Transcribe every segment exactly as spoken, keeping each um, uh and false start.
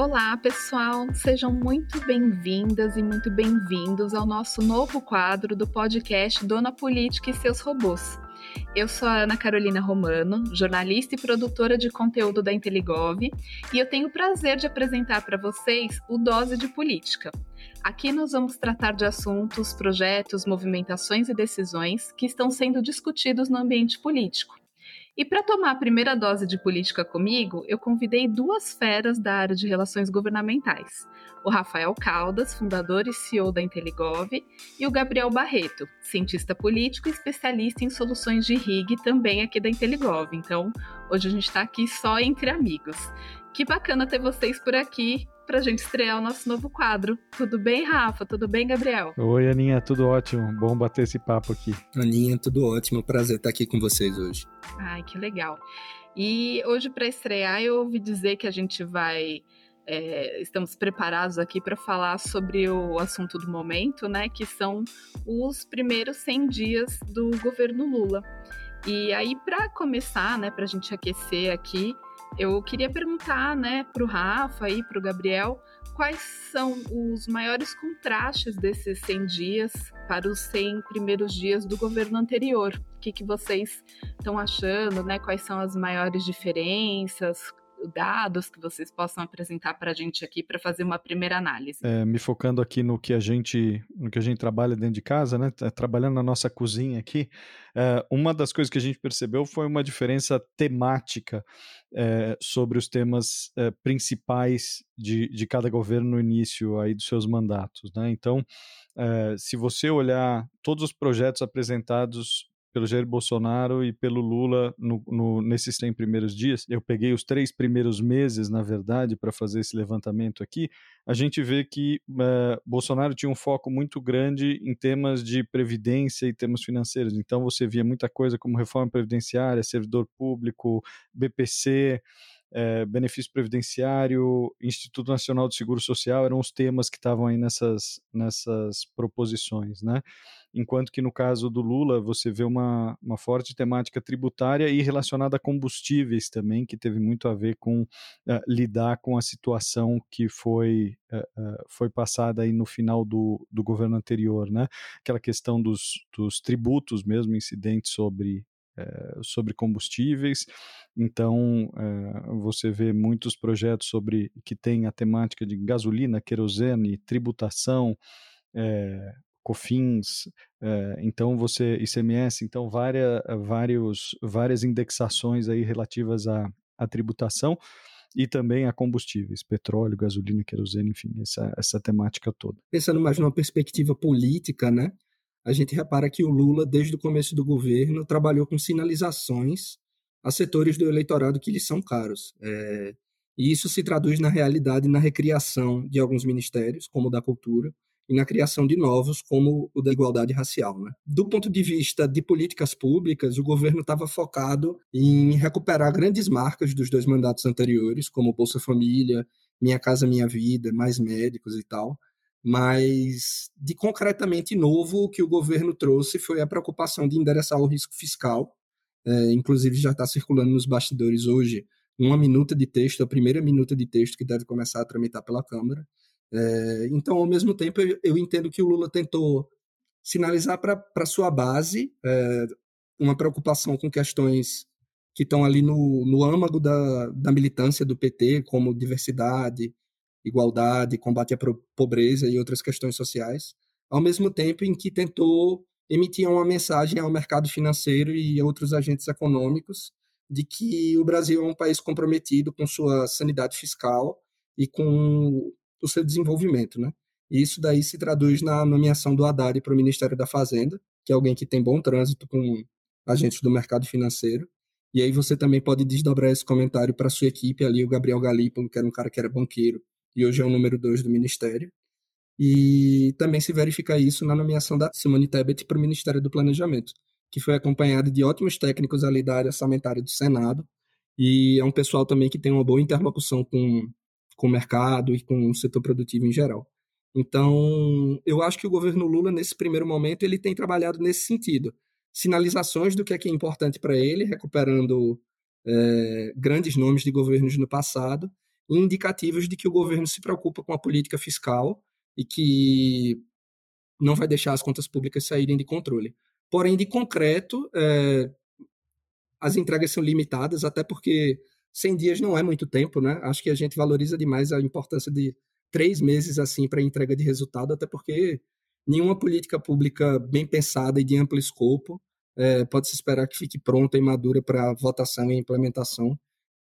Olá, pessoal! Sejam muito bem-vindas e muito bem-vindos ao nosso novo quadro do podcast Dona Política e seus Robôs. Eu sou a Ana Carolina Romano, jornalista e produtora de conteúdo da Inteligov, e eu tenho o prazer de apresentar para vocês o Dose de Política. Aqui nós vamos tratar de assuntos, projetos, movimentações e decisões que estão sendo discutidos no ambiente político. E para tomar a primeira dose de política comigo, eu convidei duas feras da área de relações governamentais. O Rafael Caldas, fundador e C E O da Inteligov, e o Gabriel Barreto, cientista político e especialista em soluções de R I G, também aqui da Inteligov. Então, hoje a gente está aqui só entre amigos. Que bacana ter vocês por aqui para a gente estrear o nosso novo quadro. Tudo bem, Rafa? Tudo bem, Gabriel? Oi, Aninha, tudo ótimo. Bom bater esse papo aqui. Aninha, tudo ótimo. Prazer estar aqui com vocês hoje. Ai, que legal. E hoje, para estrear, eu ouvi dizer que a gente vai... É, estamos preparados aqui para falar sobre o assunto do momento, né? Que são os primeiros cem dias do governo Lula. E aí, para começar, né, para a gente aquecer aqui, eu queria perguntar, né, para o Rafa e para o Gabriel, quais são os maiores contrastes desses cem dias para os cem primeiros dias do governo anterior? O que, que vocês estão achando, né? Quais são as maiores diferenças, dados que vocês possam apresentar para a gente aqui para fazer uma primeira análise? É, me focando aqui no que a gente, no que a gente trabalha dentro de casa, né? Trabalhando na nossa cozinha aqui, é, uma das coisas que a gente percebeu foi uma diferença temática é, sobre os temas é, principais de, de cada governo no início aí dos seus mandatos, né? Então, é, se você olhar todos os projetos apresentados pelo Jair Bolsonaro e pelo Lula no, no, nesses cem primeiros dias, eu peguei os três primeiros meses, na verdade, para fazer esse levantamento aqui, a gente vê que uh, Bolsonaro tinha um foco muito grande em temas de previdência e temas financeiros, então você via muita coisa como reforma previdenciária, servidor público, B P C, É, benefício previdenciário, Instituto Nacional do Seguro Social, eram os temas que estavam aí nessas, nessas proposições, né? Enquanto que no caso do Lula, você vê uma, uma forte temática tributária e relacionada a combustíveis também, que teve muito a ver com uh, lidar com a situação que foi, uh, uh, foi passada aí no final do, do governo anterior, né? Aquela questão dos, dos tributos mesmo, incidentes sobre É, sobre combustíveis. Então é, você vê muitos projetos sobre que tem a temática de gasolina, querosene, tributação, é, COFINS, é, então você I C M S, então várias, vários, várias indexações aí relativas à, à tributação e também a combustíveis, petróleo, gasolina, querosene, enfim, essa, essa temática toda. Pensando mais numa perspectiva política, né? A gente repara que o Lula, desde o começo do governo, trabalhou com sinalizações a setores do eleitorado que lhe são caros. É, e isso se traduz na realidade na recriação de alguns ministérios, como o da cultura, e na criação de novos, como o da igualdade racial, né? Do ponto de vista de políticas públicas, o governo estava focado em recuperar grandes marcas dos dois mandatos anteriores, como Bolsa Família, Minha Casa Minha Vida, Mais Médicos e tal. Mas, de concretamente novo, o que o governo trouxe foi a preocupação de endereçar o risco fiscal. É, inclusive, já está circulando nos bastidores hoje uma minuta de texto, a primeira minuta de texto que deve começar a tramitar pela Câmara. É, então, ao mesmo tempo, eu, eu entendo que o Lula tentou sinalizar para a sua base é, uma preocupação com questões que estão ali no, no âmago da, da militância do P T, como diversidade, igualdade, combate à pobreza e outras questões sociais, ao mesmo tempo em que tentou emitir uma mensagem ao mercado financeiro e a outros agentes econômicos de que o Brasil é um país comprometido com sua sanidade fiscal e com o seu desenvolvimento, né? E isso daí se traduz na nomeação do Haddad para o Ministério da Fazenda, que é alguém que tem bom trânsito com agentes do mercado financeiro. E aí você também pode desdobrar esse comentário para a sua equipe ali, o Gabriel Galípolo, que era um cara que era banqueiro, e hoje é o número dois do Ministério. E também se verifica isso na nomeação da Simone Tebet para o Ministério do Planejamento, que foi acompanhada de ótimos técnicos ali da área orçamentária do Senado, e é um pessoal também que tem uma boa interlocução com, com o mercado e com o setor produtivo em geral. Então, eu acho que o governo Lula, nesse primeiro momento, ele tem trabalhado nesse sentido. Sinalizações do que é, que é importante para ele, recuperando é, grandes nomes de governos no passado, indicativos de que o governo se preocupa com a política fiscal e que não vai deixar as contas públicas saírem de controle. Porém, de concreto, é, as entregas são limitadas, até porque cem dias não é muito tempo, né? Acho que a gente valoriza demais a importância de três meses assim para entrega de resultado, até porque nenhuma política pública bem pensada e de amplo escopo é, pode se esperar que fique pronta e madura para votação e implementação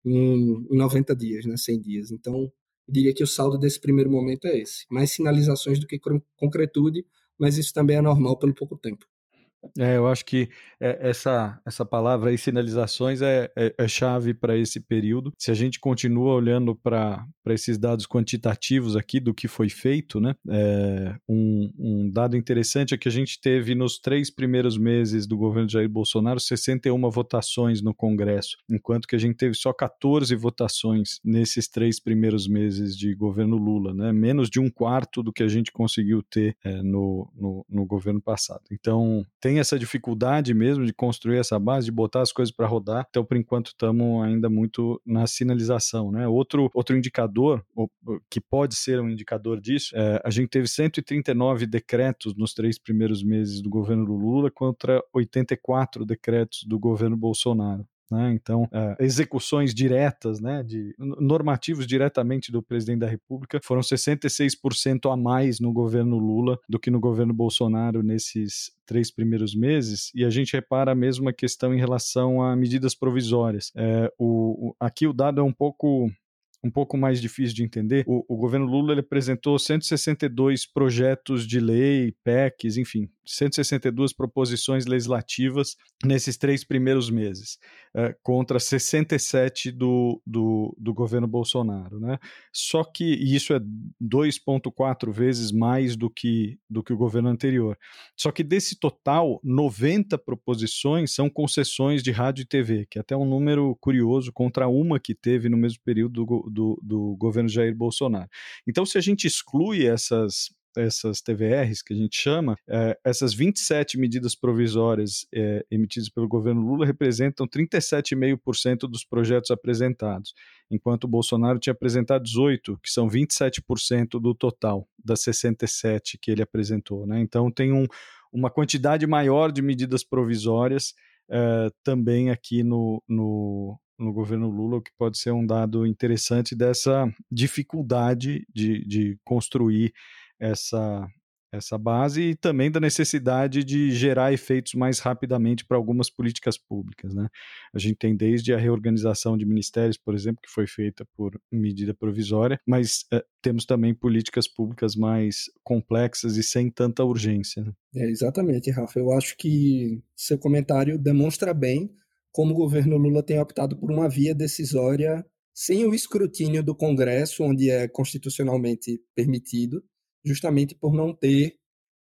em, em noventa dias, né? cem dias. Então, eu diria que o saldo desse primeiro momento é esse. Mais sinalizações do que concretude, mas isso também é normal pelo pouco tempo. É, eu acho que é, essa, essa palavra aí, sinalizações, é, é, é chave para esse período. Se a gente continua olhando para esses dados quantitativos aqui do que foi feito, né, é, um, um dado interessante é que a gente teve nos três primeiros meses do governo Jair Bolsonaro sessenta e uma votações no Congresso, enquanto que a gente teve só quatorze votações nesses três primeiros meses de governo Lula, né, menos de um quarto do que a gente conseguiu ter é, no, no, no governo passado. Então, tem essa dificuldade mesmo de construir essa base, de botar as coisas para rodar. Então, por enquanto, estamos ainda muito na sinalização, né? Outro, outro indicador, que pode ser um indicador disso, é, a gente teve cento e trinta e nove decretos nos três primeiros meses do governo do Lula contra oitenta e quatro decretos do governo Bolsonaro. Né? Então, uh, execuções diretas, né, de normativos diretamente do presidente da República foram sessenta e seis por cento a mais no governo Lula do que no governo Bolsonaro nesses três primeiros meses, e a gente repara a mesma questão em relação a medidas provisórias. É, o, o, aqui o dado é um pouco... um pouco mais difícil de entender. O, o governo Lula ele apresentou cento e sessenta e dois projetos de lei, P E Cs, enfim, cento e sessenta e duas proposições legislativas nesses três primeiros meses, é, contra sessenta e sete do, do, do governo Bolsonaro, né? Só que isso é dois vírgula quatro vezes mais do que, do que o governo anterior. Só que desse total, noventa proposições são concessões de rádio e T V, que é até um número curioso, contra uma que teve no mesmo período do, do, do governo Jair Bolsonaro. Então, se a gente exclui essas... essas T V Rs que a gente chama, é, essas vinte e sete medidas provisórias é, emitidas pelo governo Lula representam trinta e sete vírgula cinco por cento dos projetos apresentados, enquanto o Bolsonaro tinha apresentado dezoito, que são vinte e sete por cento do total das sessenta e sete que ele apresentou. Né? Então tem um, uma quantidade maior de medidas provisórias é, também aqui no, no, no governo Lula, o que pode ser um dado interessante dessa dificuldade de, de construir essa, essa base e também da necessidade de gerar efeitos mais rapidamente para algumas políticas públicas. Né? A gente tem desde a reorganização de ministérios, por exemplo, que foi feita por medida provisória, mas é, temos também políticas públicas mais complexas e sem tanta urgência. Né? É, exatamente, Rafa. Eu acho que seu comentário demonstra bem como o governo Lula tem optado por uma via decisória sem o escrutínio do Congresso, onde é constitucionalmente permitido, justamente por não ter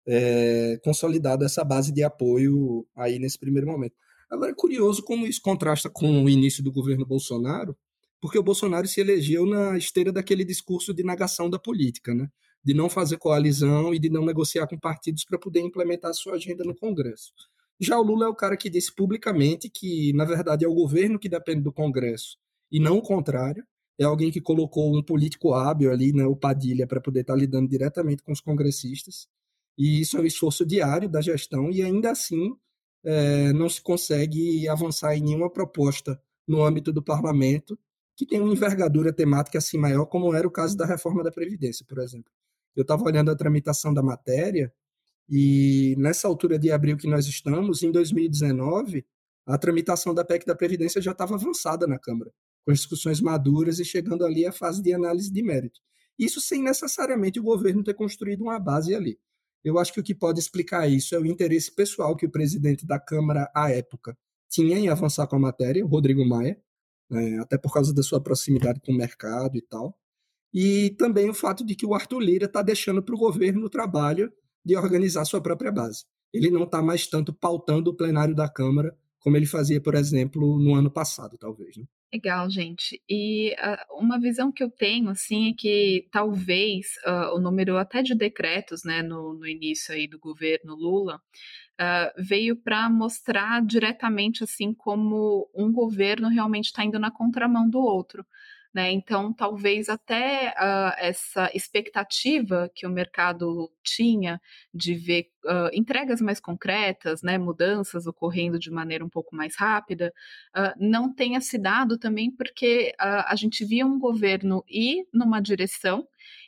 é, consolidado essa base de apoio aí nesse primeiro momento. Agora, é curioso como isso contrasta com o início do governo Bolsonaro, porque o Bolsonaro se elegeu na esteira daquele discurso de negação da política, né? De não fazer coalizão e de não negociar com partidos para poder implementar a sua agenda no Congresso. Já o Lula é o cara que disse publicamente que, na verdade, é o governo que depende do Congresso e não o contrário. É alguém que colocou um político hábil ali, né, o Padilha, para poder estar lidando diretamente com os congressistas. E isso é um esforço diário da gestão e ainda assim é, não se consegue avançar em nenhuma proposta no âmbito do parlamento que tem uma envergadura temática assim maior, como era o caso da reforma da Previdência, por exemplo. Eu estava olhando a tramitação da matéria e nessa altura de abril que nós estamos, em dois mil e dezenove, a tramitação da P E C da Previdência já estava avançada na Câmara, com discussões maduras e chegando ali à fase de análise de mérito. Isso sem necessariamente o governo ter construído uma base ali. Eu acho que o que pode explicar isso é o interesse pessoal que o presidente da Câmara, à época, tinha em avançar com a matéria, o Rodrigo Maia, né, até por causa da sua proximidade com o mercado e tal. E também o fato de que o Arthur Lira está deixando para o governo o trabalho de organizar sua própria base. Ele não está mais tanto pautando o plenário da Câmara como ele fazia, por exemplo, no ano passado, talvez. Né? Legal, gente. E uh, uma visão que eu tenho, assim, é que talvez uh, o número até de decretos, né, no, no início aí do governo Lula, uh, veio para mostrar diretamente, assim, como um governo realmente está indo na contramão do outro. né? Então, talvez até uh, essa expectativa que o mercado tinha de ver uh, entregas mais concretas, né, mudanças ocorrendo de maneira um pouco mais rápida, uh, não tenha se dado também porque uh, a gente via um governo ir numa direção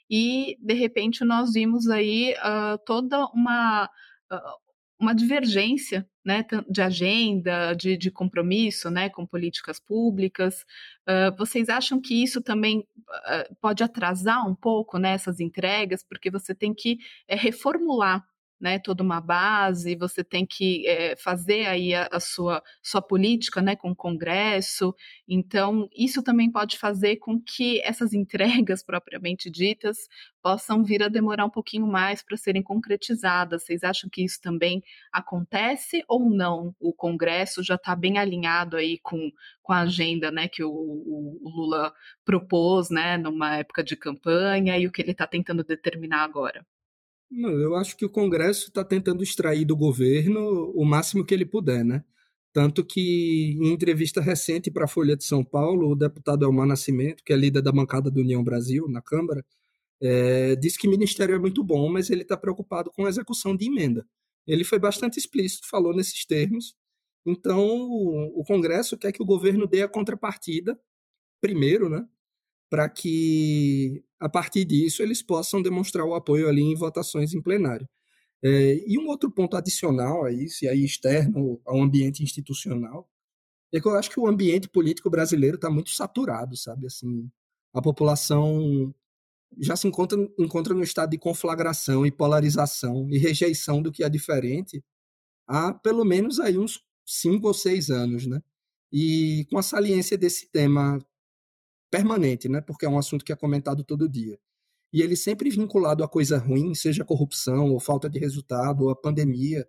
e, de repente, nós vimos aí uh, toda uma... Uh, uma divergência, né, de agenda, de, de compromisso, né, com políticas públicas. Uh, vocês acham que isso também uh, pode atrasar um pouco, né, essas entregas, porque você tem que é, reformular, né, toda uma base, você tem que é, fazer aí a, a sua, sua política, né, com o Congresso. Então, isso também pode fazer com que essas entregas propriamente ditas possam vir a demorar um pouquinho mais para serem concretizadas. Vocês acham que isso também acontece ou não? O Congresso já está bem alinhado aí com, com a agenda, né, que o, o, o Lula propôs, né, numa época de campanha e o que ele está tentando determinar agora? Não, eu acho que o Congresso está tentando extrair do governo o máximo que ele puder, né? Tanto que, em entrevista recente para a Folha de São Paulo, o deputado Elmar Nascimento, que é líder da bancada do União Brasil na Câmara, é, disse que o Ministério é muito bom, mas ele está preocupado com a execução de emenda. Ele foi bastante explícito, falou nesses termos. Então, o, o Congresso quer que o governo dê a contrapartida, primeiro, né? Para que, a partir disso, eles possam demonstrar o apoio ali em votações em plenário. É, e um outro ponto adicional a isso, e aí externo ao ambiente institucional, é que eu acho que o ambiente político brasileiro está muito saturado, sabe? Assim, a população já se encontra, encontra no estado de conflagração e polarização e rejeição do que é diferente há pelo menos aí uns cinco ou seis anos, né? E com a saliência desse tema permanente, né? Porque é um assunto que é comentado todo dia. E ele sempre vinculado a coisa ruim, seja corrupção, ou falta de resultado, ou a pandemia.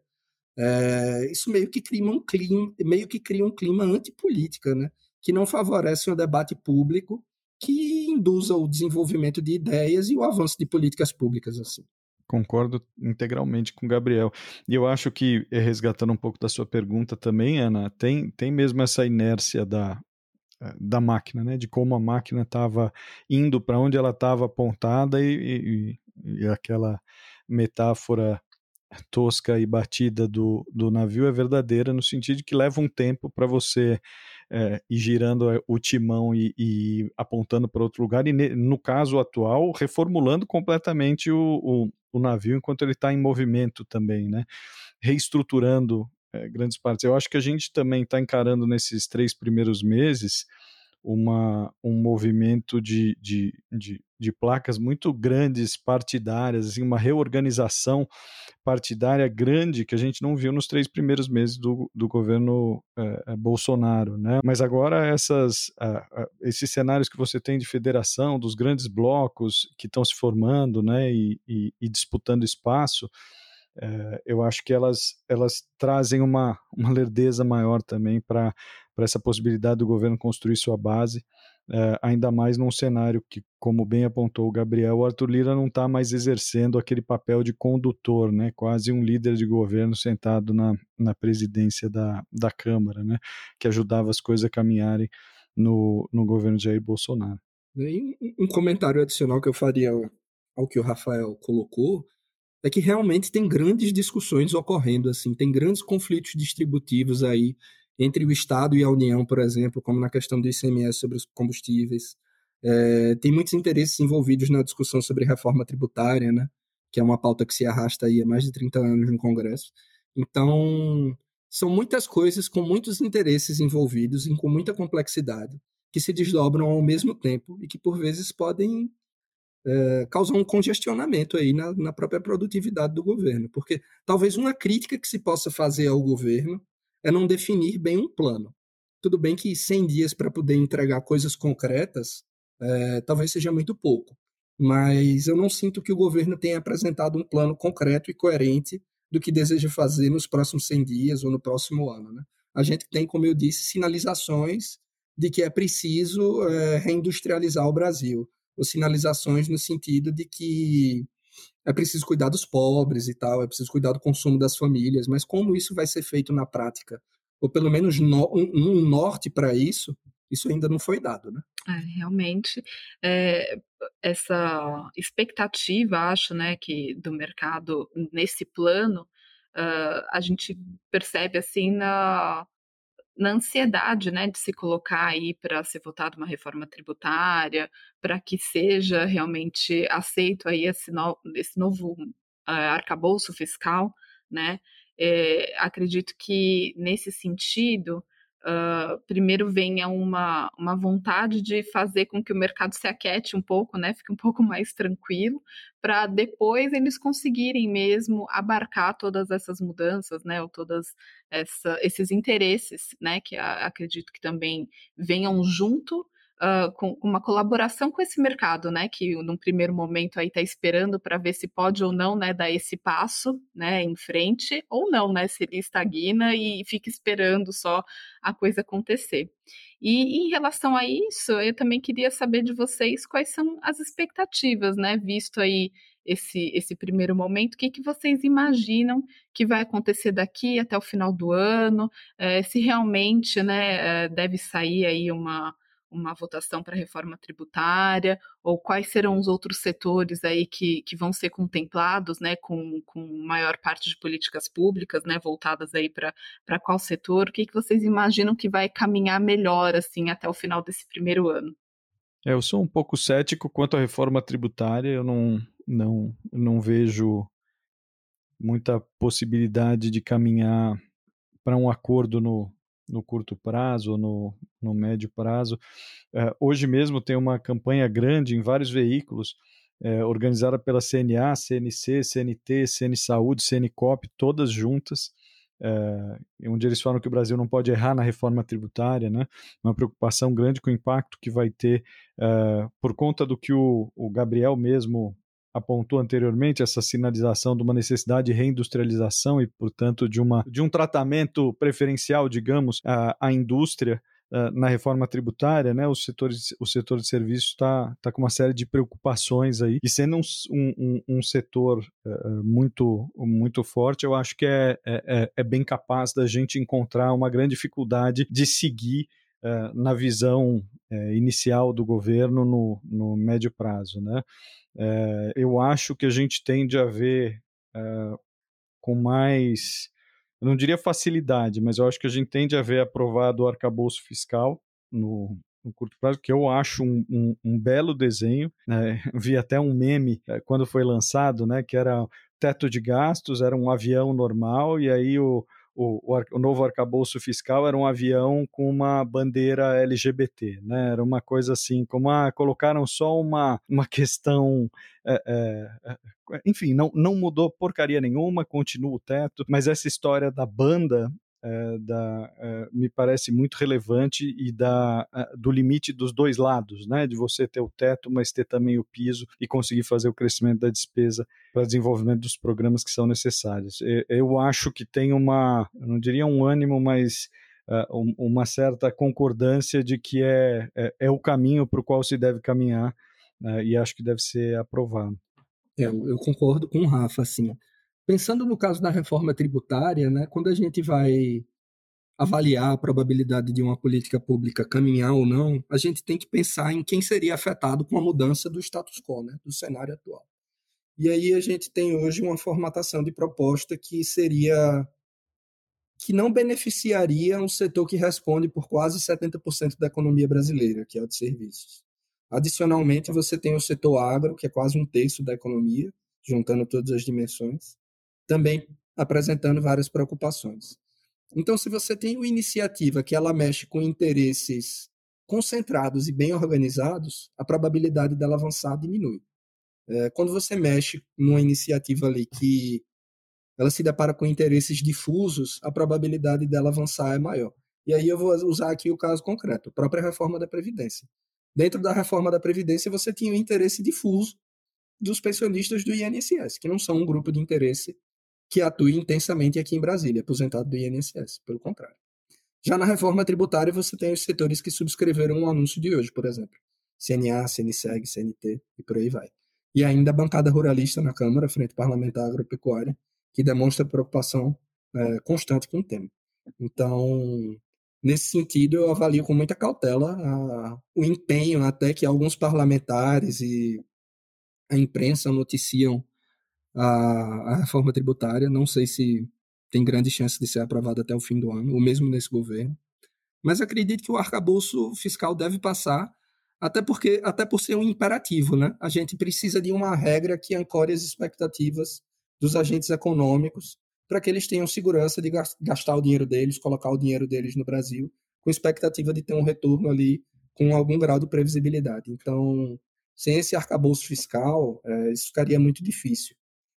É, isso meio que cria um clima, meio que cria um clima antipolítica, né? Que não favorece o debate público, que induza o desenvolvimento de ideias e o avanço de políticas públicas, assim. Concordo integralmente com o Gabriel. E eu acho que, resgatando um pouco da sua pergunta também, Ana, tem, tem mesmo essa inércia da, da máquina, né? De como a máquina estava indo para onde ela estava apontada e, e, e aquela metáfora tosca e batida do, do navio é verdadeira no sentido de que leva um tempo para você é, ir girando o timão e, e apontando para outro lugar e no caso atual reformulando completamente o, o, o navio enquanto ele está em movimento também, né? Reestruturando é, grandes partes. Eu acho que a gente também está encarando nesses três primeiros meses uma, um movimento de, de, de, de placas muito grandes, partidárias, assim, uma reorganização partidária grande que a gente não viu nos três primeiros meses do, do governo é, Bolsonaro, né? Mas agora essas, uh, uh, esses cenários que você tem de federação, dos grandes blocos que estão se formando, né, e, e, e disputando espaço, é, eu acho que elas, elas trazem uma, uma lerdeza maior também para essa possibilidade do governo construir sua base, é, ainda mais num cenário que, como bem apontou o Gabriel, o Arthur Lira não está mais exercendo aquele papel de condutor, né, quase um líder de governo sentado na, na presidência da, da Câmara, né, que ajudava as coisas a caminharem no, no governo de Jair Bolsonaro. E um comentário adicional que eu faria ao, ao que o Rafael colocou é que realmente tem grandes discussões ocorrendo, assim, tem grandes conflitos distributivos aí entre o Estado e a União, por exemplo, como na questão do I C M S sobre os combustíveis. É, tem muitos interesses envolvidos na discussão sobre reforma tributária, né, que é uma pauta que se arrasta aí há mais de trinta anos no Congresso. Então, são muitas coisas com muitos interesses envolvidos e com muita complexidade, que se desdobram ao mesmo tempo e que, por vezes, podem É, causar um congestionamento aí na, na própria produtividade do governo, porque talvez uma crítica que se possa fazer ao governo é não definir bem um plano. Tudo bem que cem dias para poder entregar coisas concretas é, talvez seja muito pouco, mas eu não sinto que o governo tenha apresentado um plano concreto e coerente do que deseja fazer nos próximos cem dias ou no próximo ano, né? A gente tem, como eu disse, sinalizações de que é preciso é, reindustrializar o Brasil, ou sinalizações no sentido de que é preciso cuidar dos pobres e tal, é preciso cuidar do consumo das famílias, mas como isso vai ser feito na prática? Ou pelo menos no, um, um norte para isso, isso ainda não foi dado, né? É, realmente, é, essa expectativa, acho, né, que do mercado nesse plano, uh, a gente percebe assim na na ansiedade, né, de se colocar aí para ser votada uma reforma tributária, para que seja realmente aceito aí esse, no, esse novo uh, arcabouço fiscal, né? É, acredito que nesse sentido, uh, primeiro venha uma, uma vontade de fazer com que o mercado se aquete um pouco, né? Fique um pouco mais tranquilo, para depois eles conseguirem mesmo abarcar todas essas mudanças, né? Ou todas essa, esses interesses, né, que a, acredito que também venham junto uh, com, com uma colaboração com esse mercado, né, que num primeiro momento aí está esperando para ver se pode ou não, né, dar esse passo, né, em frente, ou não, né, se ele estagna e fica esperando só a coisa acontecer. E em relação a isso, eu também queria saber de vocês quais são as expectativas, né, visto aí esse, esse primeiro momento, o que, que vocês imaginam que vai acontecer daqui até o final do ano, é, se realmente, né, é, deve sair aí uma, uma votação para a reforma tributária, ou quais serão os outros setores aí que, que vão ser contemplados, né, com, com maior parte de políticas públicas, né, voltadas aí para para qual setor, o que, que vocês imaginam que vai caminhar melhor, assim, até o final desse primeiro ano? É, eu sou um pouco cético quanto à reforma tributária, eu não, não, não vejo muita possibilidade de caminhar para um acordo no, no curto prazo ou no, no médio prazo. É, hoje mesmo tem uma campanha grande em vários veículos, é, organizada pela C N A, C N C, C N T, C N Saúde, C N Cop, todas juntas, é, onde eles falam que o Brasil não pode errar na reforma tributária, né? Uma preocupação grande com o impacto que vai ter, é, por conta do que o, o Gabriel mesmo apontou anteriormente, essa sinalização de uma necessidade de reindustrialização e, portanto, de, uma, de um tratamento preferencial, digamos, à, à indústria uh, na reforma tributária, né? O setor, o setor de serviços está tá com uma série de preocupações aí, e sendo um, um, um setor uh, muito, muito forte, eu acho que é, é, é bem capaz da gente encontrar uma grande dificuldade de seguir uh, na visão uh, inicial do governo no, no médio prazo, né? É, eu acho que a gente tende a ver é, com mais, eu não diria facilidade, mas eu acho que a gente tende a ver aprovado o arcabouço fiscal no, no curto prazo, que eu acho um, um, um belo desenho, né? Vi até um meme é, quando foi lançado, né, que era teto de gastos, era um avião normal, e aí o O, o, o novo arcabouço fiscal era um avião com uma bandeira L G B T, né? Era uma coisa assim, como ah, colocaram só uma, uma questão, é, é, enfim, não, não mudou porcaria nenhuma, continua o teto, mas essa história da banda é, da, é, me parece muito relevante e da, é, do limite dos dois lados, né? De você ter o teto, mas ter também o piso e conseguir fazer o crescimento da despesa para desenvolvimento dos programas que são necessários. Eu acho que tem uma, eu não diria um ânimo, mas uh, uma certa concordância de que é, é, é o caminho para o qual se deve caminhar, uh, e acho que deve ser aprovado. É, eu, eu concordo com o Rafa, assim. Pensando no caso da reforma tributária, né, quando a gente vai avaliar a probabilidade de uma política pública caminhar ou não, a gente tem que pensar em quem seria afetado com a mudança do status quo, né, do cenário atual. E aí a gente tem hoje uma formatação de proposta que seria que não beneficiaria um setor que responde por quase setenta por cento da economia brasileira, que é o de serviços. Adicionalmente, você tem o setor agro, que é quase um terço da economia, juntando todas as dimensões, também apresentando várias preocupações. Então, se você tem uma iniciativa que ela mexe com interesses concentrados e bem organizados, a probabilidade dela avançar diminui. É, quando você mexe numa iniciativa ali que ela se depara com interesses difusos, a probabilidade dela avançar é maior. E aí eu vou usar aqui o caso concreto, a própria reforma da Previdência. Dentro da reforma da Previdência, você tinha um interesse difuso dos pensionistas do I N S S, que não são um grupo de interesse que atue intensamente aqui em Brasília, aposentado do I N S S, pelo contrário. Já na reforma tributária, você tem os setores que subscreveram o anúncio de hoje, por exemplo. C N A, C N S E G, C N T e por aí vai. E ainda a bancada ruralista na Câmara, Frente Parlamentar Agropecuária, que demonstra preocupação é, constante com o tema. Então, Nesse sentido, eu avalio com muita cautela a, o empenho até que alguns parlamentares e a imprensa noticiam a, a reforma tributária. Não sei se tem grande chance de ser aprovada até o fim do ano, ou mesmo nesse governo. Mas acredito que o arcabouço fiscal deve passar, até porque, até por ser um imperativo, né? A gente precisa de uma regra que ancore as expectativas dos agentes econômicos para que eles tenham segurança de gastar o dinheiro deles, colocar o dinheiro deles no Brasil, com expectativa de ter um retorno ali com algum grau de previsibilidade. Então, sem esse arcabouço fiscal, é, isso ficaria muito difícil.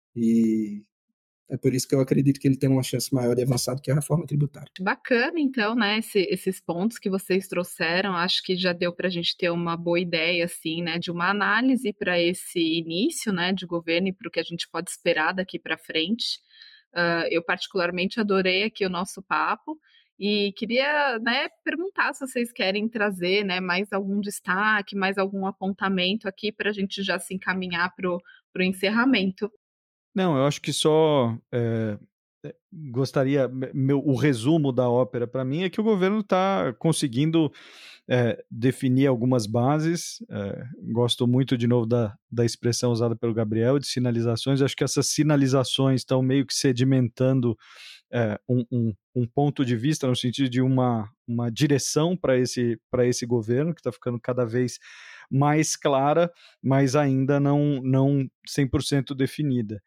E é por isso que eu acredito que ele tem uma chance maior de avançar do que a reforma tributária. Bacana, então, né, esse, esses pontos que vocês trouxeram, acho que já deu para a gente ter uma boa ideia, assim, né, de uma análise para esse início, né, de governo e para o que a gente pode esperar daqui para frente. Uh, eu particularmente adorei aqui o nosso papo e queria, né, perguntar se vocês querem trazer, né, mais algum destaque, mais algum apontamento aqui para a gente já se encaminhar para o encerramento. Não, eu acho que só é, gostaria, meu, o resumo da ópera para mim é que o governo está conseguindo é, definir algumas bases. É, gosto muito de novo da, da expressão usada pelo Gabriel de sinalizações. Acho que essas sinalizações estão meio que sedimentando é, um, um, um ponto de vista no sentido de uma, uma direção para esse, para esse governo que está ficando cada vez mais clara, mas ainda não, não cem por cento definida.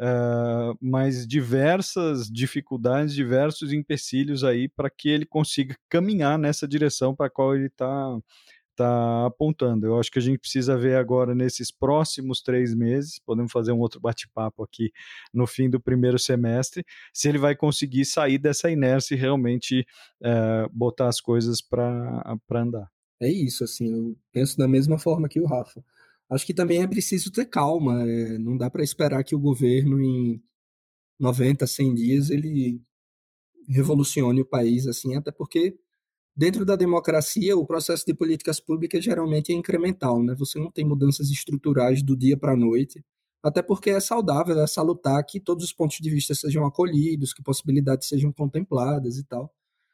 Uh, mas diversas dificuldades, diversos empecilhos aí para que ele consiga caminhar nessa direção para a qual ele está tá apontando. Eu acho que a gente precisa ver agora nesses próximos três meses, podemos fazer um outro bate-papo aqui no fim do primeiro semestre, se ele vai conseguir sair dessa inércia e realmente uh, botar as coisas para andar. É isso, assim, eu penso da mesma forma que o Rafa. Acho que também é preciso ter calma, é, não dá para esperar que o governo em noventa, cem dias ele revolucione o país, assim, até porque dentro da democracia o processo de políticas públicas geralmente é incremental, né? Você não tem mudanças estruturais do dia para a noite, até porque é saudável, é salutar que todos os pontos de vista sejam acolhidos, que possibilidades sejam contempladas e tal.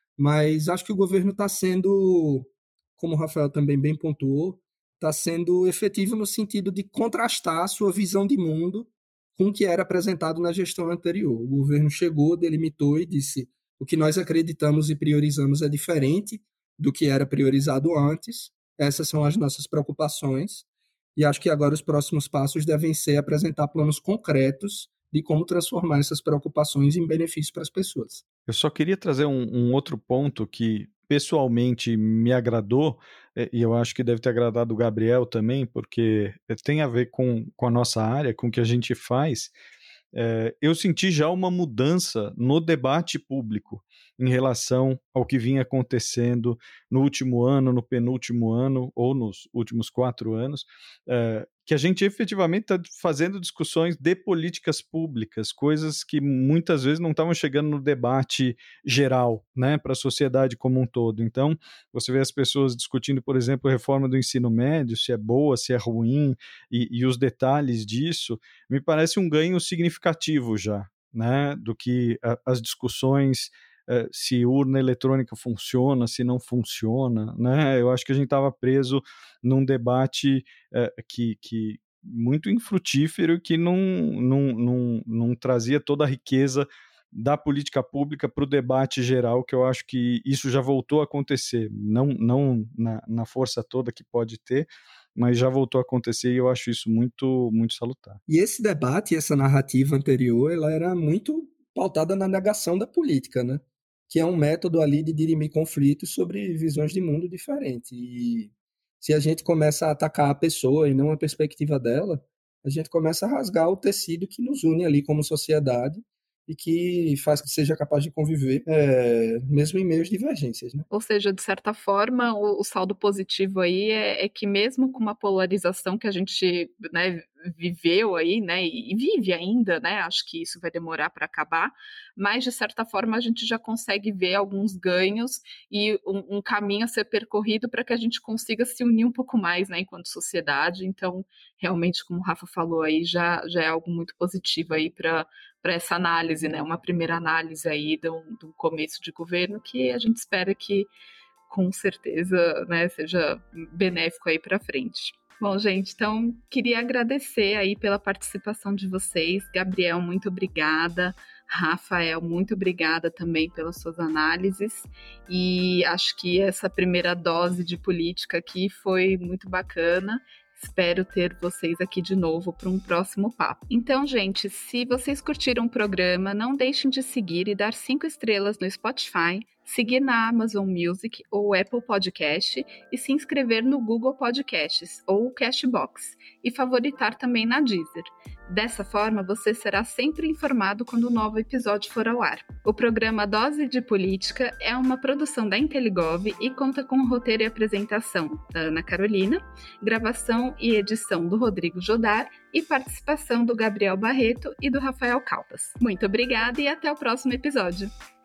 Mas acho que o governo está sendo, como o Rafael também bem pontuou, está sendo efetivo no sentido de contrastar a sua visão de mundo com o que era apresentado na gestão anterior. O governo chegou, delimitou e disse: o que nós acreditamos e priorizamos é diferente do que era priorizado antes, essas são as nossas preocupações, e acho que agora os próximos passos devem ser apresentar planos concretos de como transformar essas preocupações em benefício para as pessoas. Eu só queria trazer um, um outro ponto que pessoalmente me agradou, e eu acho que deve ter agradado o Gabriel também, porque tem a ver com, com a nossa área, com o que a gente faz. É, eu senti já uma mudança no debate público em relação ao que vinha acontecendo no último ano, no penúltimo ano ou nos últimos quatro anos, é, que a gente efetivamente está fazendo discussões de políticas públicas, coisas que muitas vezes não estavam chegando no debate geral, né, para a sociedade como um todo. Então, você vê as pessoas discutindo, por exemplo, a reforma do ensino médio, se é boa, se é ruim, e, e os detalhes disso, me parece um ganho significativo já, né, do que a, as discussões uh, se urna eletrônica funciona, se não funciona, né? Eu acho que a gente estava preso num debate uh, que, que muito infrutífero, que não, não, não, não trazia toda a riqueza da política pública para o debate geral, que eu acho que isso já voltou a acontecer, não, não na, na força toda que pode ter, mas já voltou a acontecer e eu acho isso muito, muito salutar. E esse debate, essa narrativa anterior, ela era muito pautada na negação da política, né? Que é um método ali de dirimir conflitos sobre visões de mundo diferentes. E se a gente começa a atacar a pessoa e não a perspectiva dela, a gente começa a rasgar o tecido que nos une ali como sociedade e que faz que seja capaz de conviver, é, mesmo em meio às divergências, né? Ou seja, de certa forma, o, o saldo positivo aí é, é que mesmo com uma polarização que a gente, né, viveu aí, né, e vive ainda, né, acho que isso vai demorar para acabar, mas de certa forma a gente já consegue ver alguns ganhos e um, um caminho a ser percorrido para que a gente consiga se unir um pouco mais, né, enquanto sociedade. Então, realmente, como o Rafa falou aí, já, já é algo muito positivo aí para para essa análise, né, uma primeira análise aí do, do começo de governo que a gente espera que com certeza, né, seja benéfico aí para frente. Bom, gente, então queria agradecer aí pela participação de vocês. Gabriel, muito obrigada. Rafael, muito obrigada também pelas suas análises. E acho que essa primeira dose de política aqui foi muito bacana. Espero ter vocês aqui de novo para um próximo papo. Então, gente, se vocês curtiram o programa, não deixem de seguir e dar cinco estrelas no Spotify, seguir na Amazon Music ou Apple Podcast e se inscrever no Google Podcasts ou Cashbox e favoritar também na Deezer. Dessa forma, você será sempre informado quando um novo episódio for ao ar. O programa Dose de Política é uma produção da Inteligov e conta com o roteiro e apresentação da Ana Carolina, gravação e edição do Rodrigo Jodar e participação do Gabriel Barreto e do Rafael Caldas. Muito obrigada e até o próximo episódio.